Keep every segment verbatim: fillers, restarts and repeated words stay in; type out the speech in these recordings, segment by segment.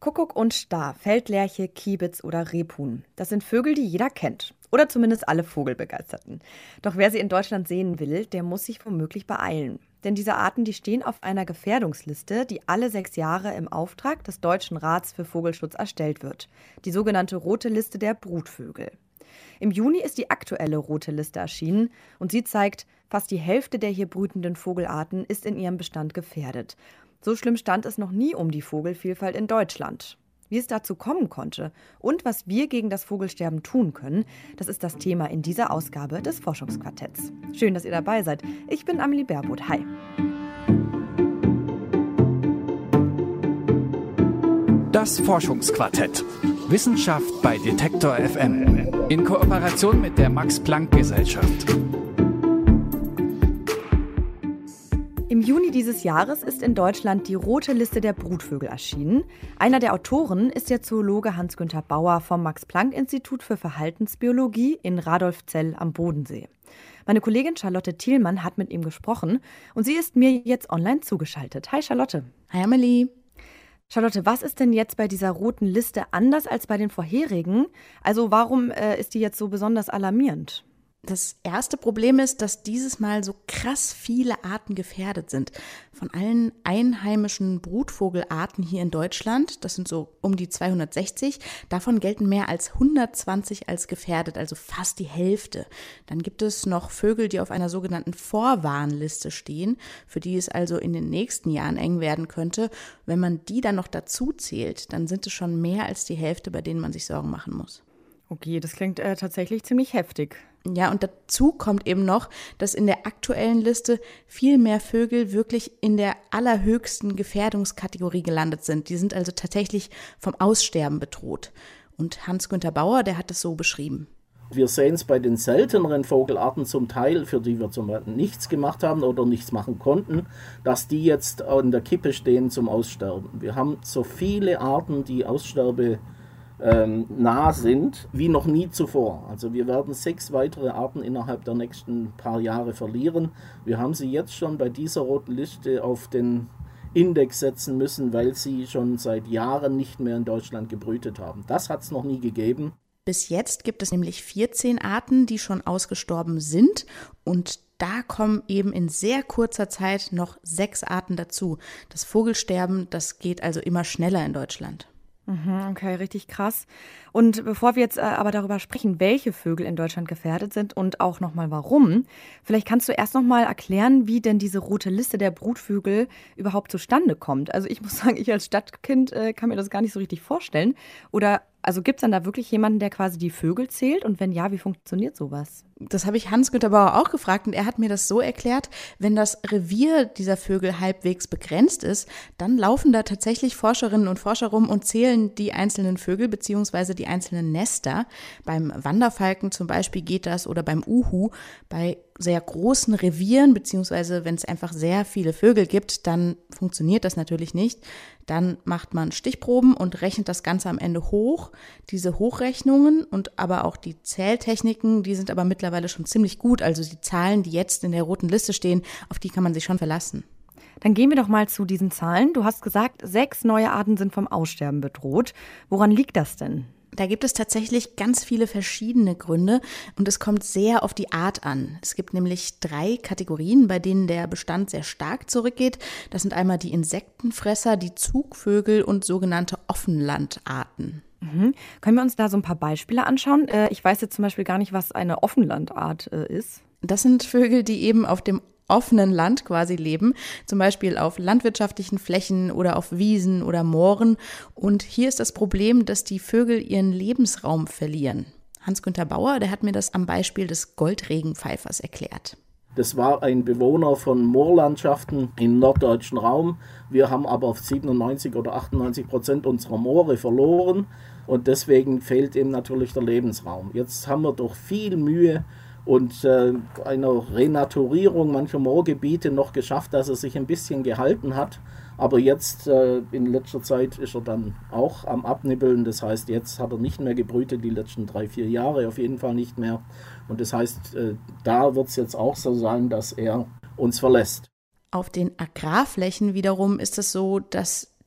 Kuckuck und Star, Feldlerche, Kiebitz oder Rebhuhn. Das sind Vögel, die jeder kennt. Oder zumindest alle Vogelbegeisterten. Doch wer sie in Deutschland sehen will, der muss sich womöglich beeilen. Denn diese Arten, die stehen auf einer Gefährdungsliste, die alle sechs Jahre im Auftrag des Deutschen Rats für Vogelschutz erstellt wird. Die sogenannte Rote Liste der Brutvögel. Im Juni ist die aktuelle Rote Liste erschienen und sie zeigt, fast die Hälfte der hier brütenden Vogelarten ist in ihrem Bestand gefährdet. So schlimm stand es noch nie um die Vogelvielfalt in Deutschland. Wie es dazu kommen konnte und was wir gegen das Vogelsterben tun können, das ist das Thema in dieser Ausgabe des Forschungsquartetts. Schön, dass ihr dabei seid. Ich bin Amelie Baerboth. Hi. Das Forschungsquartett. Wissenschaft bei Detektor F M. In Kooperation mit der Max-Planck-Gesellschaft. Im Juni dieses Jahres ist in Deutschland die Rote Liste der Brutvögel erschienen. Einer der Autoren ist der Zoologe Hans-Günther Bauer vom Max-Planck-Institut für Verhaltensbiologie in Radolfzell am Bodensee. Meine Kollegin Charlotte Thielmann hat mit ihm gesprochen und sie ist mir jetzt online zugeschaltet. Hi Charlotte. Hi Amelie. Charlotte, was ist denn jetzt bei dieser roten Liste anders als bei den vorherigen? Also warum äh, ist die jetzt so besonders alarmierend? Das erste Problem ist, dass dieses Mal so krass viele Arten gefährdet sind. Von allen einheimischen Brutvogelarten hier in Deutschland, das sind so um die zweihundertsechzig, davon gelten mehr als hundertzwanzig als gefährdet, also fast die Hälfte. Dann gibt es noch Vögel, die auf einer sogenannten Vorwarnliste stehen, für die es also in den nächsten Jahren eng werden könnte. Wenn man die dann noch dazu zählt, dann sind es schon mehr als die Hälfte, bei denen man sich Sorgen machen muss. Okay, das klingt äh, tatsächlich ziemlich heftig. Ja, und dazu kommt eben noch, dass in der aktuellen Liste viel mehr Vögel wirklich in der allerhöchsten Gefährdungskategorie gelandet sind. Die sind also tatsächlich vom Aussterben bedroht. Und Hans-Günther Bauer, der hat das so beschrieben. Wir sehen es bei den selteneren Vogelarten zum Teil, für die wir zum Beispiel nichts gemacht haben oder nichts machen konnten, dass die jetzt an der Kippe stehen zum Aussterben. Wir haben so viele Arten, die Aussterbe Ähm, nah sind, wie noch nie zuvor. Also wir werden sechs weitere Arten innerhalb der nächsten paar Jahre verlieren. Wir haben sie jetzt schon bei dieser roten Liste auf den Index setzen müssen, weil sie schon seit Jahren nicht mehr in Deutschland gebrütet haben. Das hat es noch nie gegeben. Bis jetzt gibt es nämlich vierzehn Arten, die schon ausgestorben sind und da kommen eben in sehr kurzer Zeit noch sechs Arten dazu. Das Vogelsterben, das geht also immer schneller in Deutschland. Okay, richtig krass. Und bevor wir jetzt äh, aber darüber sprechen, welche Vögel in Deutschland gefährdet sind und auch nochmal warum, vielleicht kannst du erst nochmal erklären, wie denn diese rote Liste der Brutvögel überhaupt zustande kommt. Also ich muss sagen, ich als Stadtkind äh, kann mir das gar nicht so richtig vorstellen. Oder also gibt es dann da wirklich jemanden, der quasi die Vögel zählt? Und wenn ja, wie funktioniert sowas? Das habe ich Hans-Günther Bauer auch gefragt und er hat mir das so erklärt, wenn das Revier dieser Vögel halbwegs begrenzt ist, dann laufen da tatsächlich Forscherinnen und Forscher rum und zählen die einzelnen Vögel bzw. die einzelnen Nester. Beim Wanderfalken zum Beispiel geht das oder beim Uhu. Bei sehr großen Revieren beziehungsweise wenn es einfach sehr viele Vögel gibt, dann funktioniert das natürlich nicht. Dann macht man Stichproben und rechnet das Ganze am Ende hoch. Diese Hochrechnungen und aber auch die Zähltechniken, die sind aber mittlerweile schon ziemlich gut. Also die Zahlen, die jetzt in der roten Liste stehen, auf die kann man sich schon verlassen. Dann gehen wir doch mal zu diesen Zahlen. Du hast gesagt, sechs neue Arten sind vom Aussterben bedroht. Woran liegt das denn? Da gibt es tatsächlich ganz viele verschiedene Gründe und es kommt sehr auf die Art an. Es gibt nämlich drei Kategorien, bei denen der Bestand sehr stark zurückgeht. Das sind einmal die Insektenfresser, die Zugvögel und sogenannte Offenlandarten. Mhm. Können wir uns da so ein paar Beispiele anschauen? Äh, ich weiß jetzt zum Beispiel gar nicht, was eine Offenlandart äh, ist. Das sind Vögel, die eben auf dem offenen Land quasi leben, zum Beispiel auf landwirtschaftlichen Flächen oder auf Wiesen oder Mooren. Und hier ist das Problem, dass die Vögel ihren Lebensraum verlieren. Hans-Günther Bauer, der hat mir das am Beispiel des Goldregenpfeifers erklärt. Das war ein Bewohner von Moorlandschaften im norddeutschen Raum. Wir haben aber auf siebenundneunzig oder achtundneunzig Prozent unserer Moore verloren und deswegen fehlt ihm natürlich der Lebensraum. Jetzt haben wir durch viel Mühe und äh, einer Renaturierung mancher Moorgebiete noch geschafft, dass er sich ein bisschen gehalten hat. Aber jetzt äh, in letzter Zeit ist er dann auch am Abnibbeln. Das heißt, jetzt hat er nicht mehr gebrütet, die letzten drei, vier Jahre auf jeden Fall nicht mehr. Und das heißt, äh, da wird es jetzt auch so sein, dass er uns verlässt. Auf den Agrarflächen wiederum ist es so, dass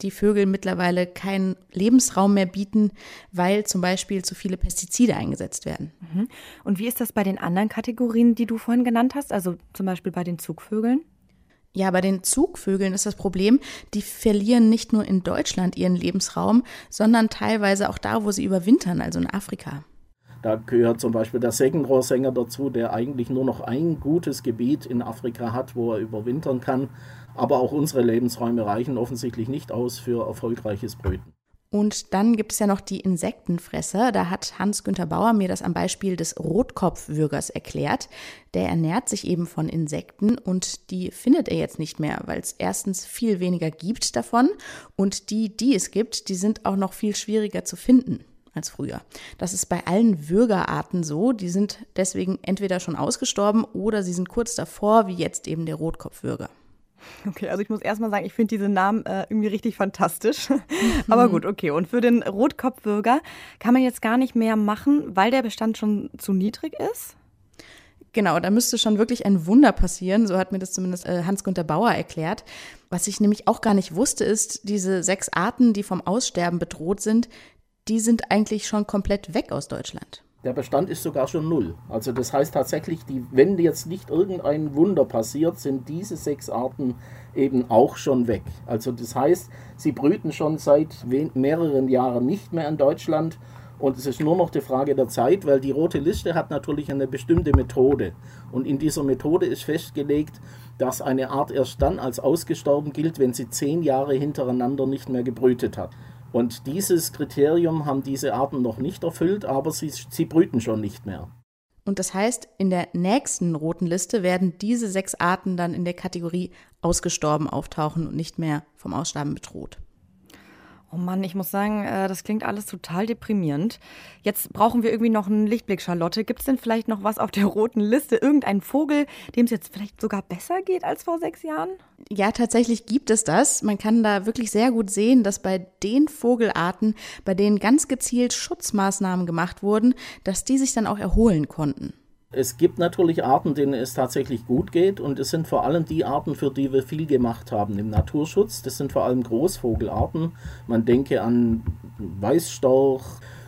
die Vögel mittlerweile keinen Lebensraum mehr bieten, weil zum Beispiel zu viele Pestizide eingesetzt werden. Und wie ist das bei den anderen Kategorien, die du vorhin genannt hast, also zum Beispiel bei den Zugvögeln? Ja, bei den Zugvögeln ist das Problem, die verlieren nicht nur in Deutschland ihren Lebensraum, sondern teilweise auch da, wo sie überwintern, also in Afrika. Da gehört zum Beispiel der Seggenrohrsänger dazu, der eigentlich nur noch ein gutes Gebiet in Afrika hat, wo er überwintern kann. Aber auch unsere Lebensräume reichen offensichtlich nicht aus für erfolgreiches Brüten. Und dann gibt es ja noch die Insektenfresser. Da hat Hans-Günther Bauer mir das am Beispiel des Rotkopfwürgers erklärt. Der ernährt sich eben von Insekten und die findet er jetzt nicht mehr, weil es erstens viel weniger gibt davon und die, die es gibt, die sind auch noch viel schwieriger zu finden als früher. Das ist bei allen Würgerarten so. Die sind deswegen entweder schon ausgestorben oder sie sind kurz davor, wie jetzt eben der Rotkopfwürger. Okay, also ich muss erstmal sagen, ich finde diese Namen äh, irgendwie richtig fantastisch. Aber gut, okay. Und für den Rotkopfwürger kann man jetzt gar nicht mehr machen, weil der Bestand schon zu niedrig ist? Genau, da müsste schon wirklich ein Wunder passieren. So hat mir das zumindest äh, Hans-Günther Bauer erklärt. Was ich nämlich auch gar nicht wusste, ist, diese sechs Arten, die vom Aussterben bedroht sind, die sind eigentlich schon komplett weg aus Deutschland. Der Bestand ist sogar schon null. Also das heißt tatsächlich, die, wenn jetzt nicht irgendein Wunder passiert, sind diese sechs Arten eben auch schon weg. Also das heißt, sie brüten schon seit mehreren Jahren nicht mehr in Deutschland und es ist nur noch die Frage der Zeit, weil die Rote Liste hat natürlich eine bestimmte Methode. Und in dieser Methode ist festgelegt, dass eine Art erst dann als ausgestorben gilt, wenn sie zehn Jahre hintereinander nicht mehr gebrütet hat. Und dieses Kriterium haben diese Arten noch nicht erfüllt, aber sie, sie brüten schon nicht mehr. Und das heißt, in der nächsten roten Liste werden diese sechs Arten dann in der Kategorie ausgestorben auftauchen und nicht mehr vom Aussterben bedroht. Oh Mann, ich muss sagen, das klingt alles total deprimierend. Jetzt brauchen wir irgendwie noch einen Lichtblick, Charlotte. Gibt es denn vielleicht noch was auf der roten Liste? Irgendeinen Vogel, dem es jetzt vielleicht sogar besser geht als vor sechs Jahren? Ja, tatsächlich gibt es das. Man kann da wirklich sehr gut sehen, dass bei den Vogelarten, bei denen ganz gezielt Schutzmaßnahmen gemacht wurden, dass die sich dann auch erholen konnten. Es gibt natürlich Arten, denen es tatsächlich gut geht und es sind vor allem die Arten, für die wir viel gemacht haben im Naturschutz. Das sind vor allem Großvogelarten. Man denke an Weißstorch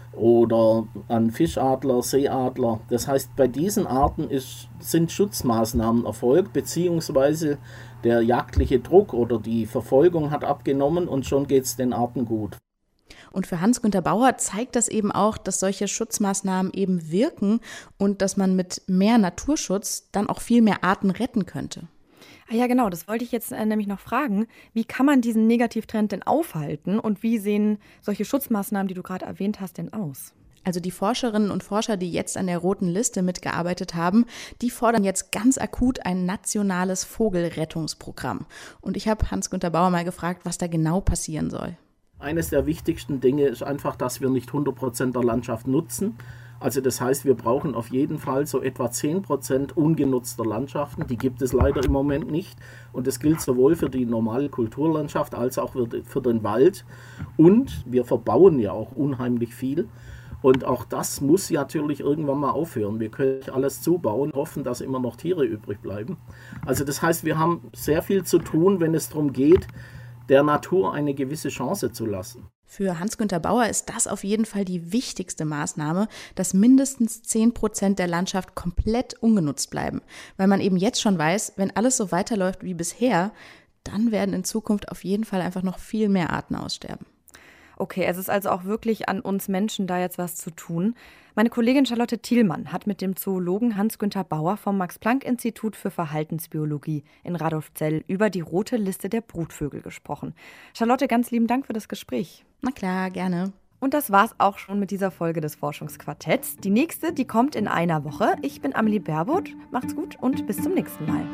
oder an Fischadler, Seeadler. Das heißt, bei diesen Arten ist, sind Schutzmaßnahmen erfolgt, beziehungsweise der jagdliche Druck oder die Verfolgung hat abgenommen und schon geht es den Arten gut. Und für Hans-Günther Bauer zeigt das eben auch, dass solche Schutzmaßnahmen eben wirken und dass man mit mehr Naturschutz dann auch viel mehr Arten retten könnte. Ah ja, genau, das wollte ich jetzt äh, nämlich noch fragen. Wie kann man diesen Negativtrend denn aufhalten und wie sehen solche Schutzmaßnahmen, die du gerade erwähnt hast, denn aus? Also die Forscherinnen und Forscher, die jetzt an der roten Liste mitgearbeitet haben, die fordern jetzt ganz akut ein nationales Vogelrettungsprogramm. Und ich habe Hans-Günther Bauer mal gefragt, was da genau passieren soll. Eines der wichtigsten Dinge ist einfach, dass wir nicht hundert Prozent der Landschaft nutzen. Also das heißt, wir brauchen auf jeden Fall so etwa zehn Prozent ungenutzter Landschaften. Die gibt es leider im Moment nicht. Und das gilt sowohl für die normale Kulturlandschaft als auch für den Wald. Und wir verbauen ja auch unheimlich viel. Und auch das muss ja natürlich irgendwann mal aufhören. Wir können nicht alles zubauen, hoffen, dass immer noch Tiere übrig bleiben. Also das heißt, wir haben sehr viel zu tun, wenn es darum geht, der Natur eine gewisse Chance zu lassen. Für Hans-Günther Bauer ist das auf jeden Fall die wichtigste Maßnahme, dass mindestens zehn Prozent der Landschaft komplett ungenutzt bleiben. Weil man eben jetzt schon weiß, wenn alles so weiterläuft wie bisher, dann werden in Zukunft auf jeden Fall einfach noch viel mehr Arten aussterben. Okay, es ist also auch wirklich an uns Menschen, da jetzt was zu tun. Meine Kollegin Charlotte Thielmann hat mit dem Zoologen Hans-Günther Bauer vom Max-Planck-Institut für Verhaltensbiologie in Radolfzell über die rote Liste der Brutvögel gesprochen. Charlotte, ganz lieben Dank für das Gespräch. Na klar, gerne. Und das war's auch schon mit dieser Folge des Forschungsquartetts. Die nächste, die kommt in einer Woche. Ich bin Amelie Baerbuth. Macht's gut und bis zum nächsten Mal.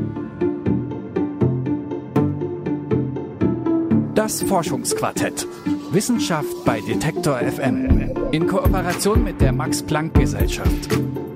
Das Forschungsquartett. Wissenschaft bei Detektor F M. In Kooperation mit der Max-Planck-Gesellschaft.